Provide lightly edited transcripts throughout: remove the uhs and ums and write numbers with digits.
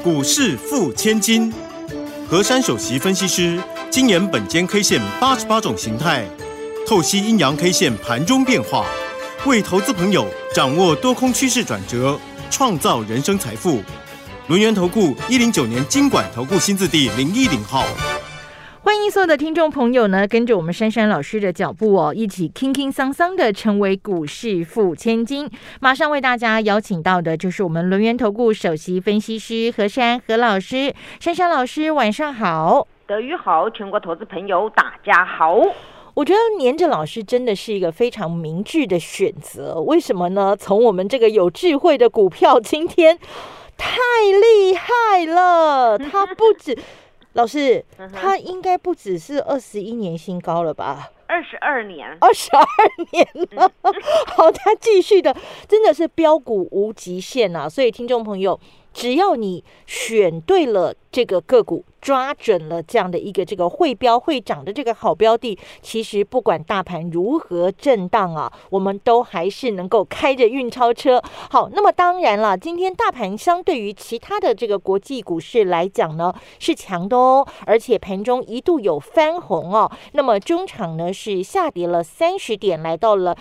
股市富千金，和山首席分析师精研本间 K 线88种形态，透析阴阳 K 线盘中变化，为投资朋友掌握多空趋势转折，创造人生财富。轮源投顾109年金管投顾新字第010号。 欢迎所有的听众朋友呢，跟着我们珊珊老师的脚步哦，一起轻轻桑桑的成为股市富千金。马上为大家邀请到的就是我们轮源投顾首席分析师何珊何老师。珊珊老师晚上好。 德语好，全国投资朋友大家好。 我觉得黏着老师真的是一个非常明智的选择，为什么呢？从我们这个有智慧的股票今天太厉害了，它不止老师，他应该不只是21年新高了吧 ？22年 ，22年了。好，他继续的，真的是标股无极限啊！所以听众朋友，只要你选对了这个个股，抓准了这样的一个这个会标会涨的这个好标的，其实不管大盘如何震荡啊，我们都还是能够开着运钞车。好，那么当然了，今天大盘相对于其他的这个国际股市来讲呢，是强的哦，而且盘中一度有翻红哦。那么中场呢是下跌了30点，来到了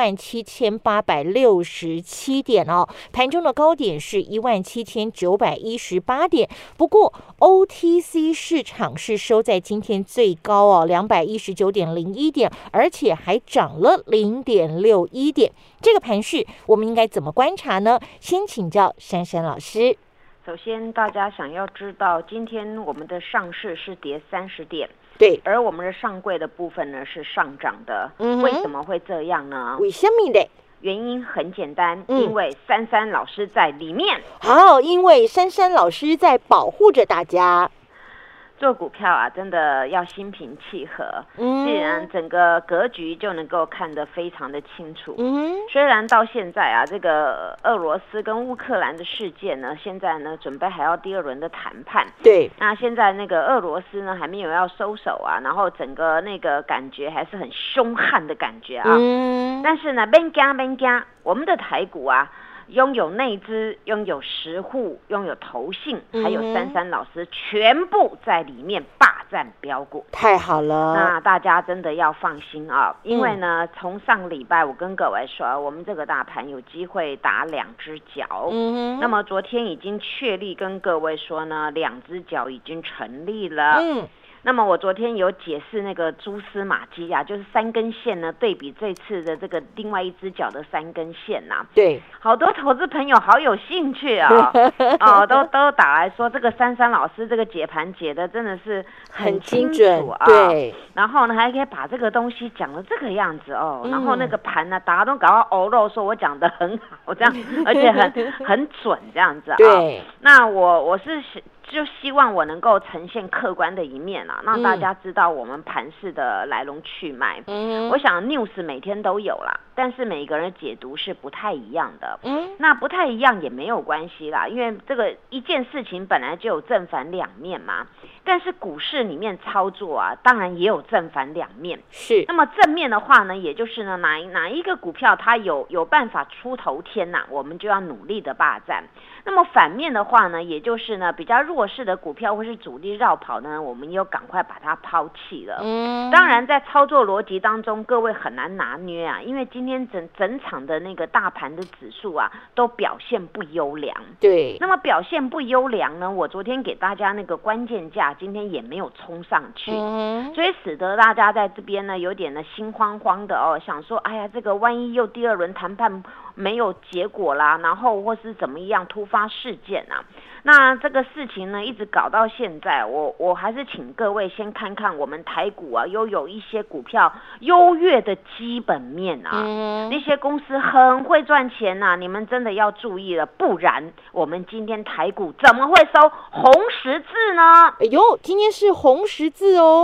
17867点哦。盘中的高点是17918点，不过 OTC市场是收在今天最高哦，219.01点，而且还涨了0.61点。这个盘势我们应该怎么观察呢？先请教珊珊老师。 首先，大家想要知道，今天我们的上市是跌30点， 对， 而我们的上柜的部分呢是上涨的。为什么会这样呢？ 为什么呢？ 原因很简单，因为珊珊老师在里面。 好，因为珊珊老师在保护着大家。 做股票啊，真的要心平气和，既然整个格局就能够看得非常的清楚。虽然到现在啊，这个俄罗斯跟乌克兰的事件呢，现在呢准备还要第2轮的谈判。 对， 那现在那个俄罗斯呢还没有要收手啊，然后整个那个感觉还是很凶悍的感觉啊。但是呢，别惊，我们的台股啊，拥有内资，拥有实户，拥有投信，还有珊珊老师，全部在里面霸占标股，太好了。那大家真的要放心啊，因为呢，从上个礼拜我跟各位说，我们这个大盘有机会打2只脚。那么昨天已经确立跟各位说呢，2只脚已经成立了。那么我昨天有解释那个蛛丝马迹啊，就是3根线呢对比这次的这个另外1只脚的3根线呐。 对， 好多投资朋友好有兴趣啊，都打来说这个珊珊老师这个解盘解的真的是很清楚啊。对，然后呢还可以把这个东西讲的这个样子哦，然后那个盘呢，大家都搞到欧肉，说我讲的很好这样，而且很准这样子啊。对，那我是就希望我能够呈现客观的一面啊，让大家知道我们盘势的来龙去脉。我想 news 每天都有啦，但是每个人解读是不太一样的。那不太一样也没有关系啦，因为这个一件事情本来就有正反2面嘛。但是股市里面操作啊，当然也有正反2面。是。那么正面的话呢，也就是呢哪一个股票它有办法出头天呐，我们就要努力的霸占。那么反面的话呢，也就是呢比较弱势的股票或是主力绕跑呢，我们又赶快把它抛弃了。当然在操作逻辑当中，各位很难拿捏啊，因为今天整场的那个大盘的指数啊，都表现不优良。对。那么表现不优良呢，我昨天给大家那个关键价，今天也没有冲上去，所以使得大家在这边呢有点呢心慌慌的哦，想说哎呀，这个万一又第2轮谈判没有结果啦，然后或是怎么样突发事件啊，那这个事情呢一直搞到现在，我还是请各位先看看我们台股啊，又有一些股票优越的基本面啊，那些公司很会赚钱啊，你们真的要注意了，不然我们今天台股怎么会收红十字呢？ 哎呦，今天是红十字哦。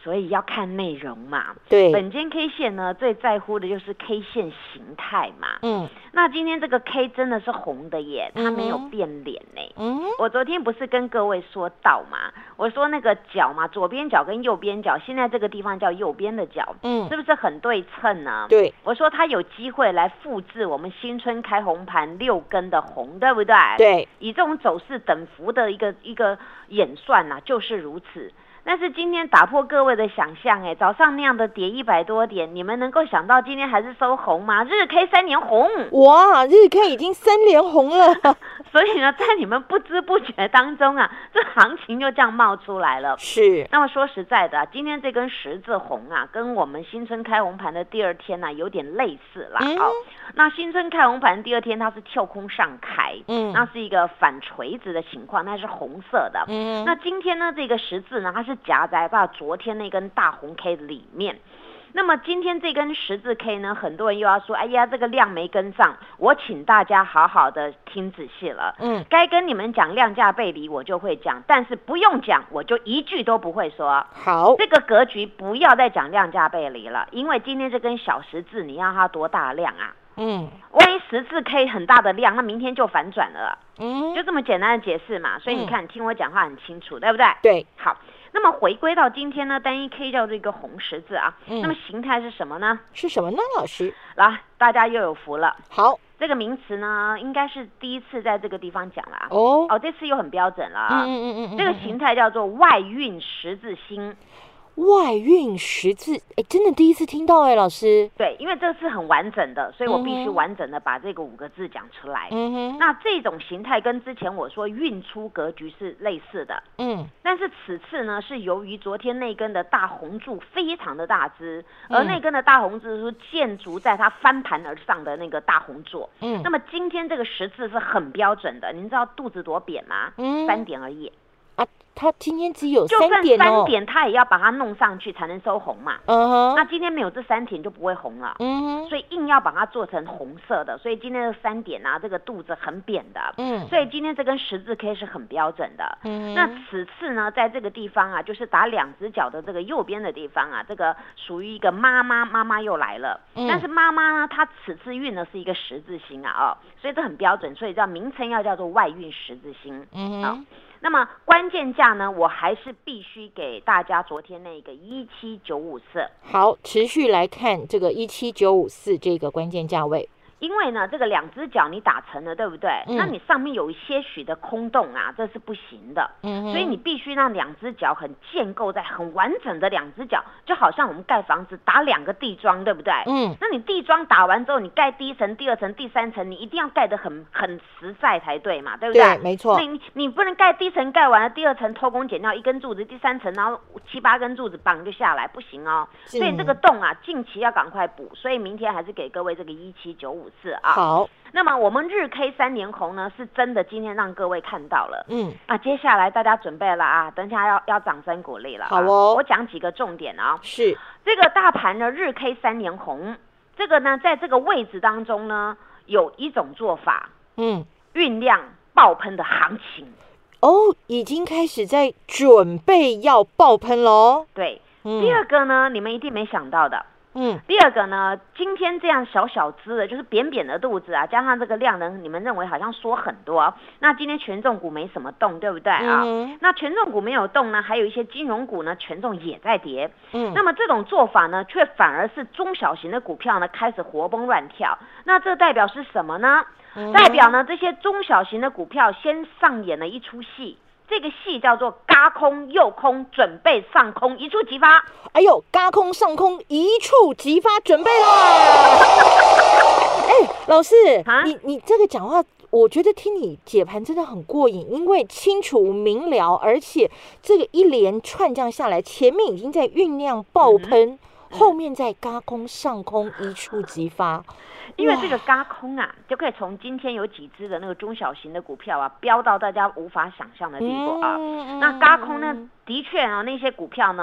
所以要看内容嘛。 对， 本间 K 线呢，最在乎的就是 K 线形态嘛。那今天这个 K 真的是红的耶，它没有变脸呢。我昨天不是跟各位说到嘛，我说那个角嘛，左边角跟右边角，现在这个地方叫右边的角，是不是很对称呢？ 对， 我说它有机会来复制我们新春开红盘6根的红，对不对？ 对， 以这种走势等幅的一个演算啊，就是如此。但是今天打破各位的想象，早上那样的跌100多点，你们能够想到今天还是收红吗？日 K 3连红， 哇，日 K 已经3连红了。 所以呢，在你们不知不觉当中啊，这行情就这样冒出来了。 是。 那么说实在的，今天这根十字红啊，跟我们新春开红盘的第二天啊，有点类似啦。那新春开红盘第二天它是跳空上开，那是一个反垂直的情况，那是红色的。那今天呢，这个十字呢，它是夹在昨天那根大红 K 里面。那么今天这根十字 K 呢，很多人又要说，哎呀，这个量没跟上。我请大家好好的听仔细了，该跟你们讲量价背离，我就会讲，但是不用讲，我就一句都不会说。 好，这个格局不要再讲量价背离了，因为今天这根小十字，你要它多大量啊？万一十字 K 很大的量，那明天就反转了。就这么简单的解释嘛。所以你看，你听我讲话很清楚，对不对？ 对。 好。那么回归到今天呢，单一 K 叫做一个红十字啊。那么形态是什么呢？ 是什么呢，老师？ 来，大家又有福了。 好， 这个名词呢，应该是第一次在这个地方讲了。这次又很标准了啊。这个形态叫做外运十字星。 外运十字，真的第一次听到老师。 对，因为这是很完整的，所以我必须完整的把这个5个字讲出来。那这种形态跟之前我说运出格局是类似的。但是此次呢，是由于昨天那根的大红柱非常的大只，而那根的大红柱是建筑在它翻盘而上的那个大红座。那么今天这个十字是很标准的，您知道肚子多扁吗？3点而已。 他今天只有3点就算3点，他也要把它弄上去才能收红嘛。那今天没有这3点就不会红了。所以硬要把它做成红色的，所以今天的3点啊，这个肚子很扁的。所以今天这根十字 K 是很标准的。那此次呢，在这个地方啊，就是打2只脚的这个右边的地方啊，这个属于一个妈妈又来了。但是妈妈呢，她此次运的是一个十字星啊，所以这很标准，所以名称要叫做外运十字星。那么关键价呢，我还是必须给大家昨天那个17954。 好，持续来看这个17954这个关键价位。 因为呢，这个2只脚你打成了，对不对？那你上面有一些许的空洞啊，这是不行的。所以你必须让2只脚很建构在很完整的2只脚，就好像我们盖房子打2个地桩，对不对？那你地桩打完之后，你盖第1层、第2层、第3层，你一定要盖得很实在才对嘛，对不对？ 对，没错。 你不能盖第1层盖完了，第2层偷工减料1根柱子，第3层然后7、8根柱子绑就下来，不行哦。所以这个洞啊，近期要赶快补。所以明天还是给各位这个17954。 好， 那么我们日 K 3连红呢，是真的今天让各位看到了。接下来大家准备了啊，等一下要掌声鼓励了。 好哦， 我讲几个重点啊。 是这个大盘的日 K 3连红，这个呢，在这个位置当中呢，有一种做法，酝酿爆喷的行情。 已经开始在准备要爆喷咯。 对，第二个呢，你们一定没想到的。第二个呢，今天这样小只的，就是扁扁的肚子啊，加上这个量呢，你们认为好像缩很多。那今天权重股没什么动，对不对啊？那权重股没有动呢，还有一些金融股呢，权重也在跌。那么这种做法呢，却反而是中小型的股票呢开始活蹦乱跳。那这代表是什么呢？代表呢，这些中小型的股票先上演了一出戏。这个戏叫做嘎空诱空，准备上空，一触即发。 嘎空上空，一触即发，准备啦！老师，你这个讲话，我觉得听你解盘真的很过瘾，因为清楚明了，而且这个一连串这样下来，前面已经在酝酿爆喷，后面在嘎空上空，一触即发。 因为这个嘎空啊，就可以从今天有几只的那个中小型的股票啊，飙到大家无法想象的地步啊。那嘎空呢，的确啊，那些股票呢，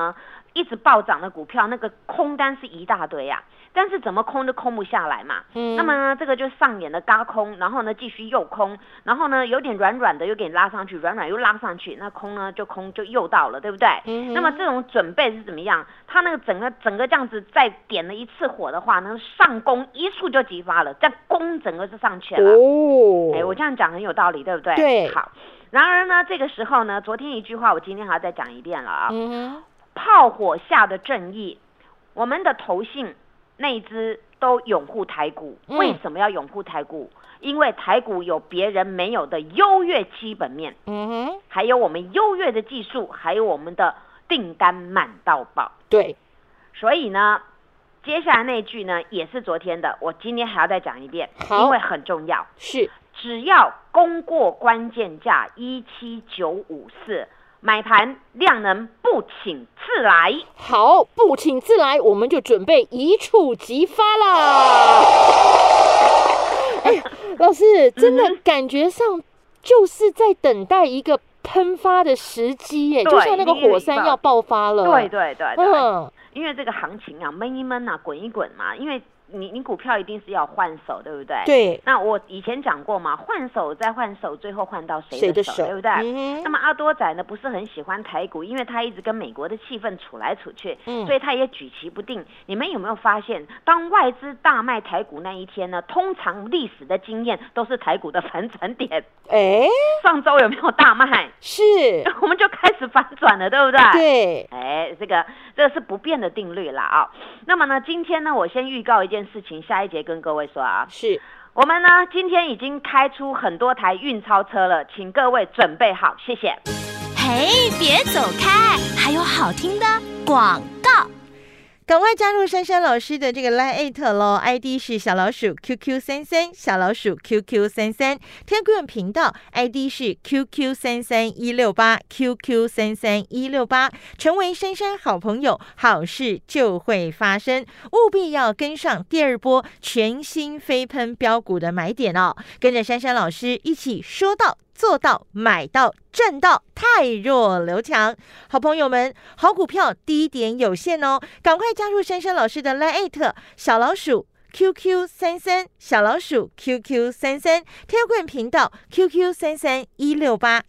一直暴涨的股票，那个空单是一大堆啊，但是怎么空都空不下来嘛。那么呢，这个就上演了轧空，然后呢继续又空，然后呢有点软软的又给你拉上去，软软又拉上去，那空呢就又到了，对不对？那么这种准备是怎么样？它那个整个这样子再点了一次火的话呢，上攻一触就激发了，这样攻整个是上去了。我这样讲很有道理，对不对？ 对。 好，然而呢，这个时候呢，昨天一句话，我今天还要再讲一遍了啊。炮火下的正义，我们的投信内资都拥护台股。为什么要拥护台股？因为台股有别人没有的优越基本面，还有我们优越的技术，还有我们的订单满到爆。 对， 所以呢，接下来那句呢也是昨天的，我今天还要再讲一遍，因为很重要。 是， 只要攻过关键价17954。买盘量能不请自来， 好，不请自来，我们就准备一触即发啦。老师，真的感觉上就是在等待一个喷发的时机耶，就像那个火山要爆发了。 对，因为这个行情啊，闷一闷啊，滚一滚嘛，因为你股票一定是要换手，对不对？ 对。 那我以前讲过嘛，换手再换手，最后换到谁的手，对不对？那么阿多仔呢，不是很喜欢台股，因为他一直跟美国的气氛处来处去，所以他也举棋不定。你们有没有发现，当外资大卖台股那一天呢，通常历史的经验都是台股的反转点。上周有没有大卖？ 是， 我们就开始反转了，对不对？ 对。 这个是不变的定律啦啊。那么呢，今天呢，我先预告一件事情，下一节跟各位说啊。 是， 我们呢今天已经开出很多台运钞车了，请各位准备好，谢谢。 嘿，别走开，还有好听的广告。 赶快加入珊珊老师的这个 LINE@ 咯 ，ID 是小老鼠 QQ33， 小老鼠 QQ33， Telegram 频道 ID 是 QQ33168 QQ33168， 成为珊珊好朋友，好事就会发生，务必要跟上第二波全新飞喷标股的买点哦，跟着珊珊老师一起说到做到，买到赚到，太弱留强。好朋友们，好股票低点有限哦，赶快加入珊珊老师的 LINE@ 小老鼠 QQ33， 小老鼠 QQ33， Telegram 频道 QQ33168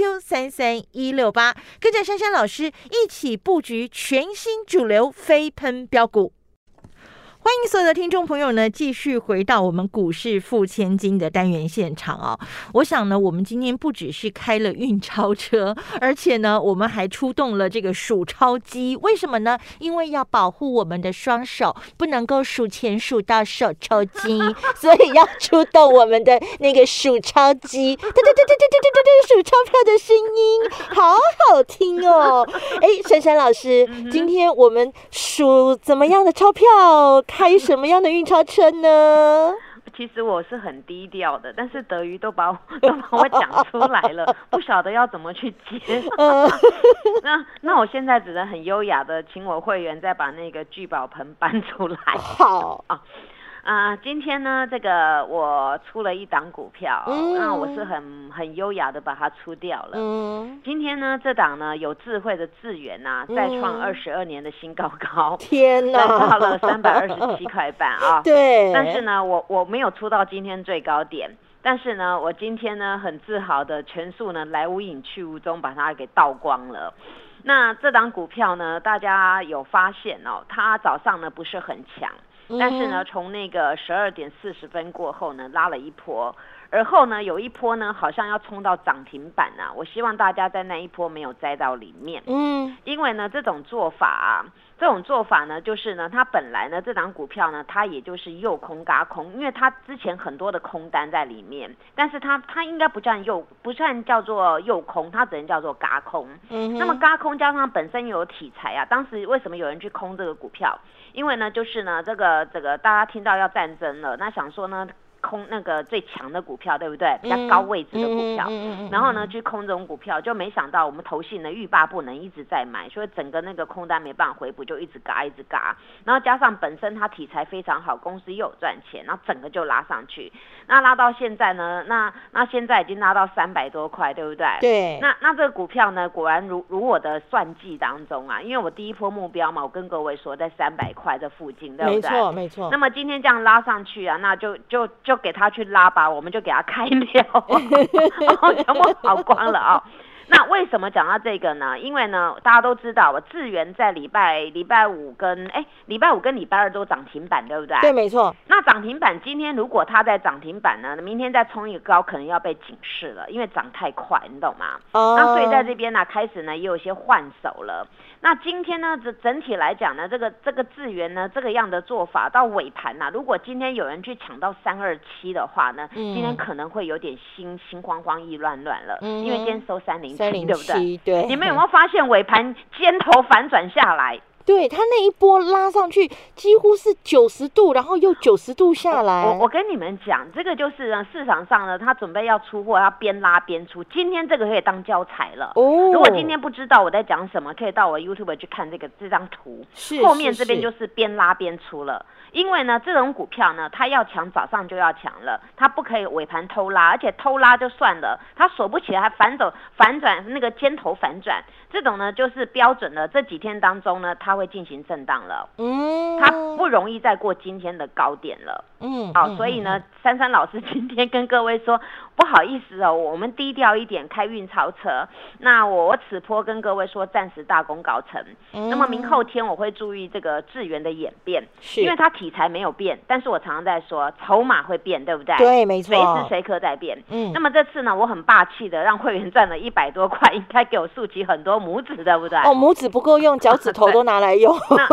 QQ33168， 跟着珊珊老师一起布局全新主流飞喷标股。欢迎所有的听众朋友呢，继续回到我们股市付千金的单元现场哦。我想呢，我们今天不只是开了运钞车，而且呢，我们还出动了这个数钞机。为什么呢？因为要保护我们的双手，不能够数钱数到手抽筋，所以要出动我们的那个数钞机。对，数钞票的声音好好听哦。珊珊老师，今天我们数怎么样的钞票？开什么样的运钞车呢？ 其实我是很低调的，但是德瑜都把我讲出来了，不晓得要怎么去接。那我现在只能很优雅的请我会员再把那个聚宝盆搬出来。 好啊。今天呢，这个我出了一档股票，那我是很优雅的把它出掉了。今天呢，这档呢有智慧的智原啊，再创22年的新高， 天哪， 来到了327块半啊。 对。 但是呢，我没有出到今天最高点，但是呢，我今天呢很自豪的全数呢来无影去无踪把它给倒光了。那这档股票呢，大家有发现哦，它早上呢不是很强。但是呢，从那个12点40分过后呢，拉了一波，而后呢，有一波呢，好像要冲到涨停板啊。我希望大家在那一波没有栽到里面，因为呢，这种做法呢，就是呢，它本来呢，这档股票呢，它也就是诱空轧空，因为它之前很多的空单在里面，但是它应该不算叫做诱空，它只能叫做轧空。那么轧空加上本身有题材啊，当时为什么有人去空这个股票？因为呢，就是呢，这个大家听到要战争了，那想说呢， 空那个最强的股票，对不对？比较高位置的股票，然后呢去空这种股票，就没想到我们投信呢欲罢不能，一直在买，所以整个那个空单没办法回补，就一直嘎，然后加上本身它题材非常好，公司又有赚钱，然后整个就拉上去。那拉到现在呢，那现在已经拉到300多块，对不对？ 对。 那这个股票呢，果然如我的算计当中啊，因为我第一波目标嘛，我跟各位说在300块这附近，对不对？ 没错。 那么今天这样拉上去啊，那就给他去拉吧，我们就给他开掉，全部跑光了啊。那为什么讲到这个呢？因为呢，大家都知道，我智原在礼拜五跟礼拜二都涨停板，对不对？ 对，没错。 那涨停板今天如果它在涨停板呢，明天再冲一个高，可能要被警示了，因为涨太快，你懂吗？那所以在这边呢，开始呢也有一些换手了。那今天呢，整体来讲呢，这个智原呢这个样的做法到尾盘啊，如果今天有人去抢到327的话呢，今天可能会有点心慌慌意乱乱了，因为今天收307，对不对？ 对。 你们有没有发现尾盘尖头反转下来？ 对，它那一波拉上去几乎是90度，然后又90度下来。 我跟你们讲，这个就是呢市场上呢，他准备要出货，要边拉边出。今天这个可以当教材了。如果今天不知道我在讲什么，可以到我 YouTube 去看这张图。后面这边就是边拉边出了。因为呢，这种股票呢，它要强早上就要强了，它不可以尾盘偷拉，而且偷拉就算了，它锁不起来还反转那个尖头反转，这种呢就是标准的。这几天当中呢，它会进行震荡了，它不容易再过今天的高点了。所以呢，珊珊老师今天跟各位说，不好意思哦，我们低调一点，开运钞车。那我此波跟各位说，暂时大功告成。那么明后天我会注意这个智原的演变，因为它题材没有变，但是我常常在说筹码会变，对不对？ 对，没错， 随时随刻在变。那么这次呢，我很霸气的让会员赚了100多块，应该给我竖起很多拇指，对不对？ 拇指不够用，脚趾头都拿来用。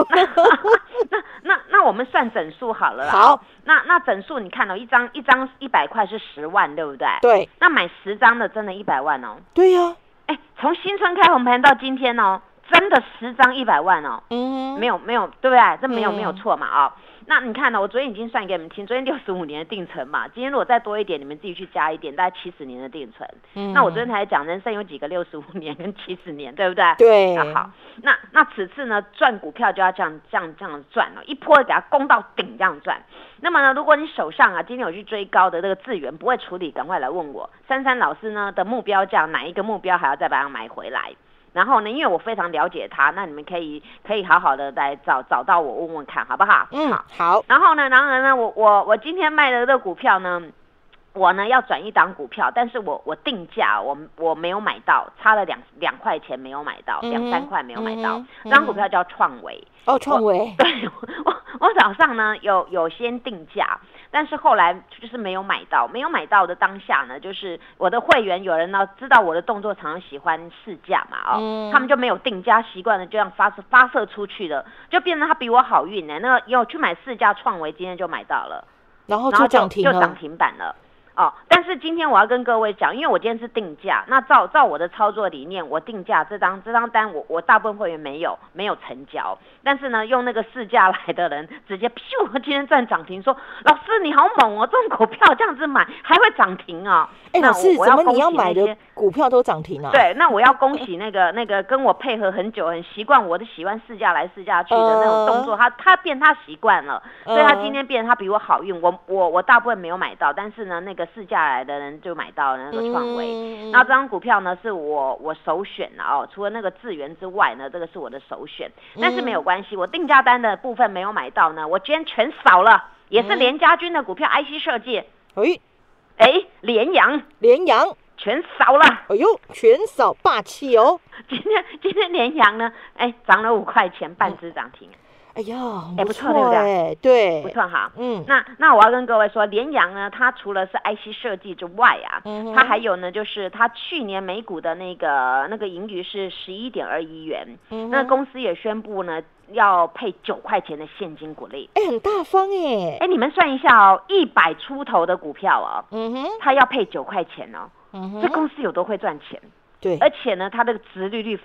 那我们算整数好了啦。 好， 那整数你看哦，一张100块是10万，对不对？ 对。 那买10张的真的100万哦。 对呀。 从新春开红盘到今天哦，真的10张100万哦。没有，对不对？这没有错嘛啊。那你看呢？我昨天已经算给你们听，昨天65年的定存嘛，今天如果再多一点，你们自己去加一点，大概70年的定存。那我昨天才讲，人生有几个65年跟70年，对不对？ 对。 好，那此次呢，赚股票就要这样赚了，一波给它攻到顶这样赚。那么呢，如果你手上啊今天有去追高的这个智原不会处理，赶快来问我，珊珊老师呢的目标价哪一个目标还要再把它买回来？然后呢，因为我非常了解他，那你们可以好好的来找到我问问看，好不好？ 好。 然后呢，我今天卖的这个股票呢，我呢要转一档股票，但是我定价我没有买到，差了2块钱没有买到，2-3块没有买到。这张股票叫创维。 创维。 对，我早上呢有先定价。但是后来就是没有买到的当下呢，就是我的会员有人呢知道我的动作，常常喜欢试价嘛，他们就没有定价习惯了，就这样发射出去了，就变成他比我好运呢。那有去买试价创维，今天就买到了， 然后就涨停板了。但是今天我要跟各位讲，因为我今天是定价，那照我的操作理念，我定价这张单我大部分会员没有成交，但是呢用那个市价来的人直接咻，今天赚涨停，说老师你好猛哦，这种股票这样子买还会涨停啊？ 老师怎么你要买的股票都涨停啊？ 对，那我要恭喜那个跟我配合很久很习惯我的喜欢市价来市价去的那种动作，他变他习惯了，所以他今天变他比我好运，我大部分没有买到，但是呢那个市价来的人就买到了那个创维。那这张股票呢是我首选的除了那个智原之外呢，这个是我的首选，但是没有关系，我定价单的部分没有买到呢，我今天全扫了，也是联家军的股票 IC 设计。联阳全扫了。 全扫霸气哦。 今天联阳呢涨了5块钱，半只涨停。 不错，对不对？ 对， 不错哈。那我要跟各位说，联阳呢，它除了是 IC 设计之外啊，它还有呢，就是它去年每股的那个盈余是11.2亿元。那公司也宣布呢，要配9块钱的现金股利。 很大方你们算一下哦，100出头的股票它要配9块钱哦。这公司有多会赚钱？ 对， 而且呢，它的殖利率非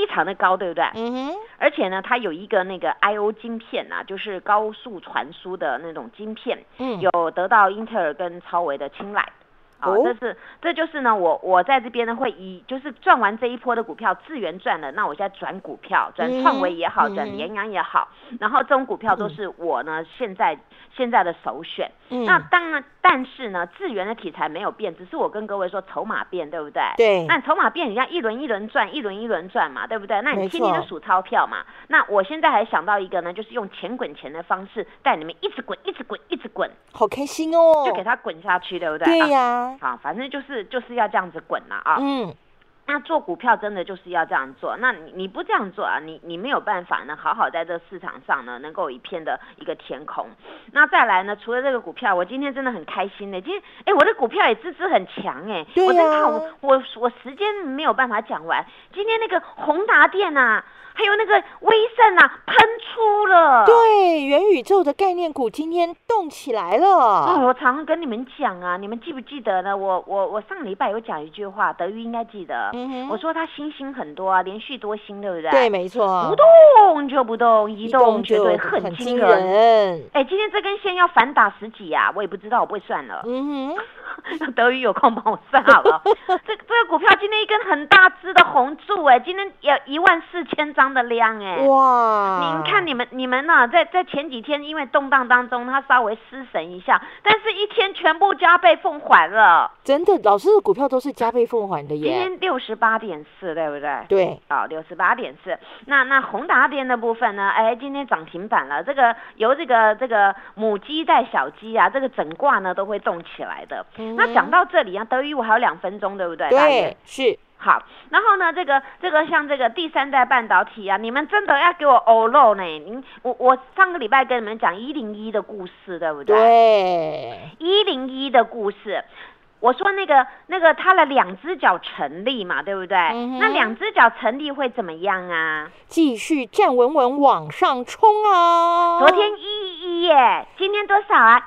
非常的高，对不对？而且呢，它有一个那个 I/O 晶片啊，就是高速传输的那种晶片，有得到英特尔跟超微的青睐。这就是呢，我在这边呢会就是赚完这一波的股票，智源赚了，那我现在转股票，转创维也好，转联阳也好，然后这种股票都是我呢现在的首选。那当然，但是呢，智源的题材没有变，只是我跟各位说筹码变，对不对？ 对。 那筹码变，你要一轮一轮赚，一轮一轮赚嘛，对不对？那你天天都数钞票嘛。那我现在还想到一个呢，就是用钱滚钱的方式带你们一直滚，一直滚，一直滚， 好开心哦！ 就给它滚下去，对不对？ 对呀。 好，反正就是要这样子滚了啊。那做股票真的就是要这样做，那你不这样做啊，你没有办法呢，好好在这市场上呢，能够一片的一个天空。那再来呢，除了这个股票，我今天真的很开心的，今天我的股票也资质很强哎，我真的我时间没有办法讲完，今天那个宏达电啊。还有那个威盛啊，喷出了。 对，元宇宙的概念股今天动起来了。 我常常跟你们讲啊，你们记不记得呢？我上礼拜有讲一句话，德瑜应该记得。我说他新兴很多啊，连续多兴，对不对？ 对，没错。 不动就不动，移动绝对很惊人。今天这根线要反打10几啊，我也不知道，我不会算了。德瑜有空帮我算好了。这个股票今天一根很大只的红柱，今天有14000张的量哇！ 您看你们呢，在前几天因为动荡当中，它稍微失神一下，但是一天全部加倍奉还了。 真的，老师的股票都是加倍奉还的耶。 今天68.4，对不对？ 对 ，68.4。那宏达电的部分呢？今天涨停板了。这个由这个母鸡带小鸡啊，这个整挂呢都会动起来的。那讲到这里啊，德瑜我还有2分钟，对不对？ 对，是。 好，然后呢，这个像这个第3代半导体啊，你们真的要给我欧漏呢？我上个礼拜跟你们讲101的故事，对不对？ 对 ，101的故事。我说那个它的2只脚成立嘛，对不对？那2只脚成立会怎么样啊？ 继续站稳稳往上冲啊！ 昨天111耶，今天多少啊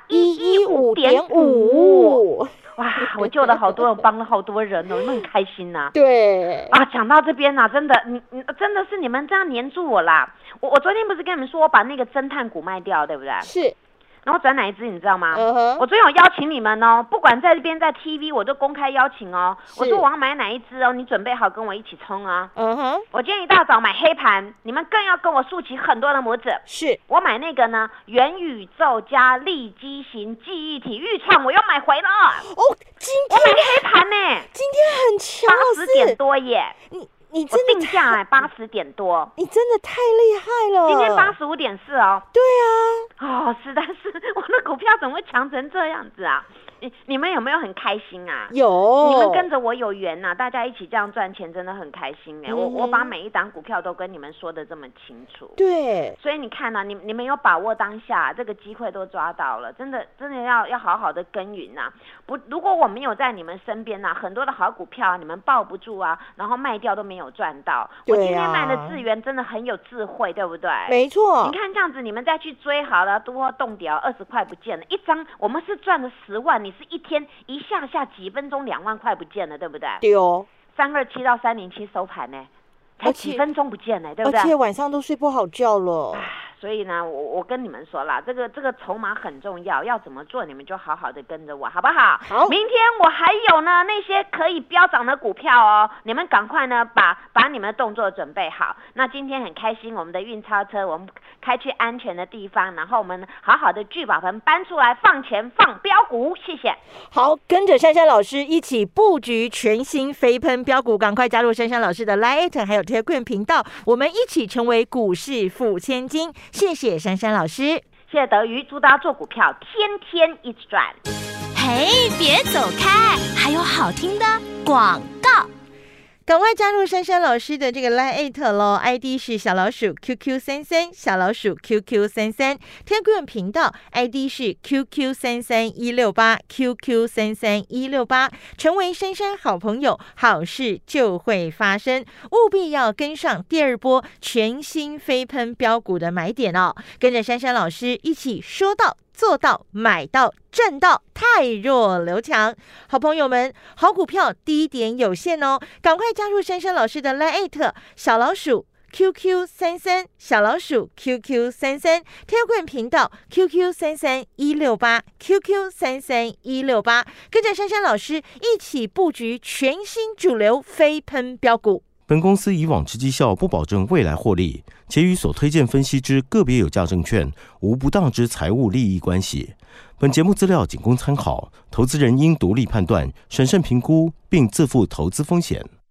？115.5。哇，我救了好多人，帮了好多人哦，你们很开心呐。 对啊，讲到这边啊，真的，真的是你们这样黏住我啦。我昨天不是跟你们说我把那个侦探股卖掉，对不对？ 是。 然后转哪一支你知道吗？我昨天有邀请你们哦，不管在这边在 TV 我都公开邀请哦。我说我要买哪一支哦，你准备好跟我一起冲啊。我今天一大早买黑盘，你们更要跟我竖起很多的拇指。 是我买那个呢，元宇宙加立基型记忆体预创，我又买回了。 今天我买黑盘呢， 今天很强 ，80点多耶。 你真的定价80点多， 你真的太厉害了。 今天85.4哦。 对啊。 实在是我的股票怎么会强成这样子啊？你们有没有很开心啊？ 有， 你们跟着我有缘呐，大家一起这样赚钱，真的很开心哎。我把每一档股票都跟你们说的这么清楚。 对， 所以你看啊，你们有把握当下这个机会都抓到了，真的要好好的耕耘呐。如果我没有在你们身边呐，很多的好股票你们抱不住啊，然后卖掉都没有赚到。我今天卖的智源真的很有智慧，对不对？ 没错。 你看这样子，你们再去追好了，多动掉20块不见了，一张我们是赚了10万，你是一天一下几分钟2万块不见了，对不对？ 对哦。 327到307收盘呢，才几分钟不见了，对不对？ 而且晚上都睡不好觉了。 所以呢，我跟你们说啦，这个筹码很重要，要怎么做你们就好好的跟着我，好不好？ 好。 明天我还有呢那些可以飙涨的股票哦，你们赶快呢把你们的动作准备好。那今天很开心，我们的运钞车我们开去安全的地方，然后我们好好的聚宝盆搬出来放钱放标股，谢谢。 好，跟着珊珊老师一起布局全新飞喷标股，赶快加入珊珊老师的 LINE 还有 Telegram 频道，我们一起成为股市富千金。谢谢珊珊老师， 谢谢德瑜，祝大家做股票天天一直赚。 嘿，别走开，还有好听的广告。 赶快加入珊珊老师的这个 LINE@ 咯 ，ID 是小老鼠 QQ33， 小老鼠 QQ33， Telegram 频道 ID 是 QQ33168 QQ33168， 成为珊珊好朋友，好事就会发生，务必要跟上第2波全新飞喷标股的买点哦，跟着珊珊老师一起说到做到、买到、赚到，太弱留强。好朋友们，好股票低点有限哦，赶快加入珊珊老师的 LINE@ 小老鼠QQ33小老鼠 QQ33 Telegram 频道 QQ33168 QQ33168，跟着珊珊老师一起布局全新主流飞喷标股。 本公司以往之绩效不保证未来获利，且与所推荐分析之个别有价证券无不当之财务利益关系。本节目资料仅供参考，投资人应独立判断、审慎评估，并自负投资风险。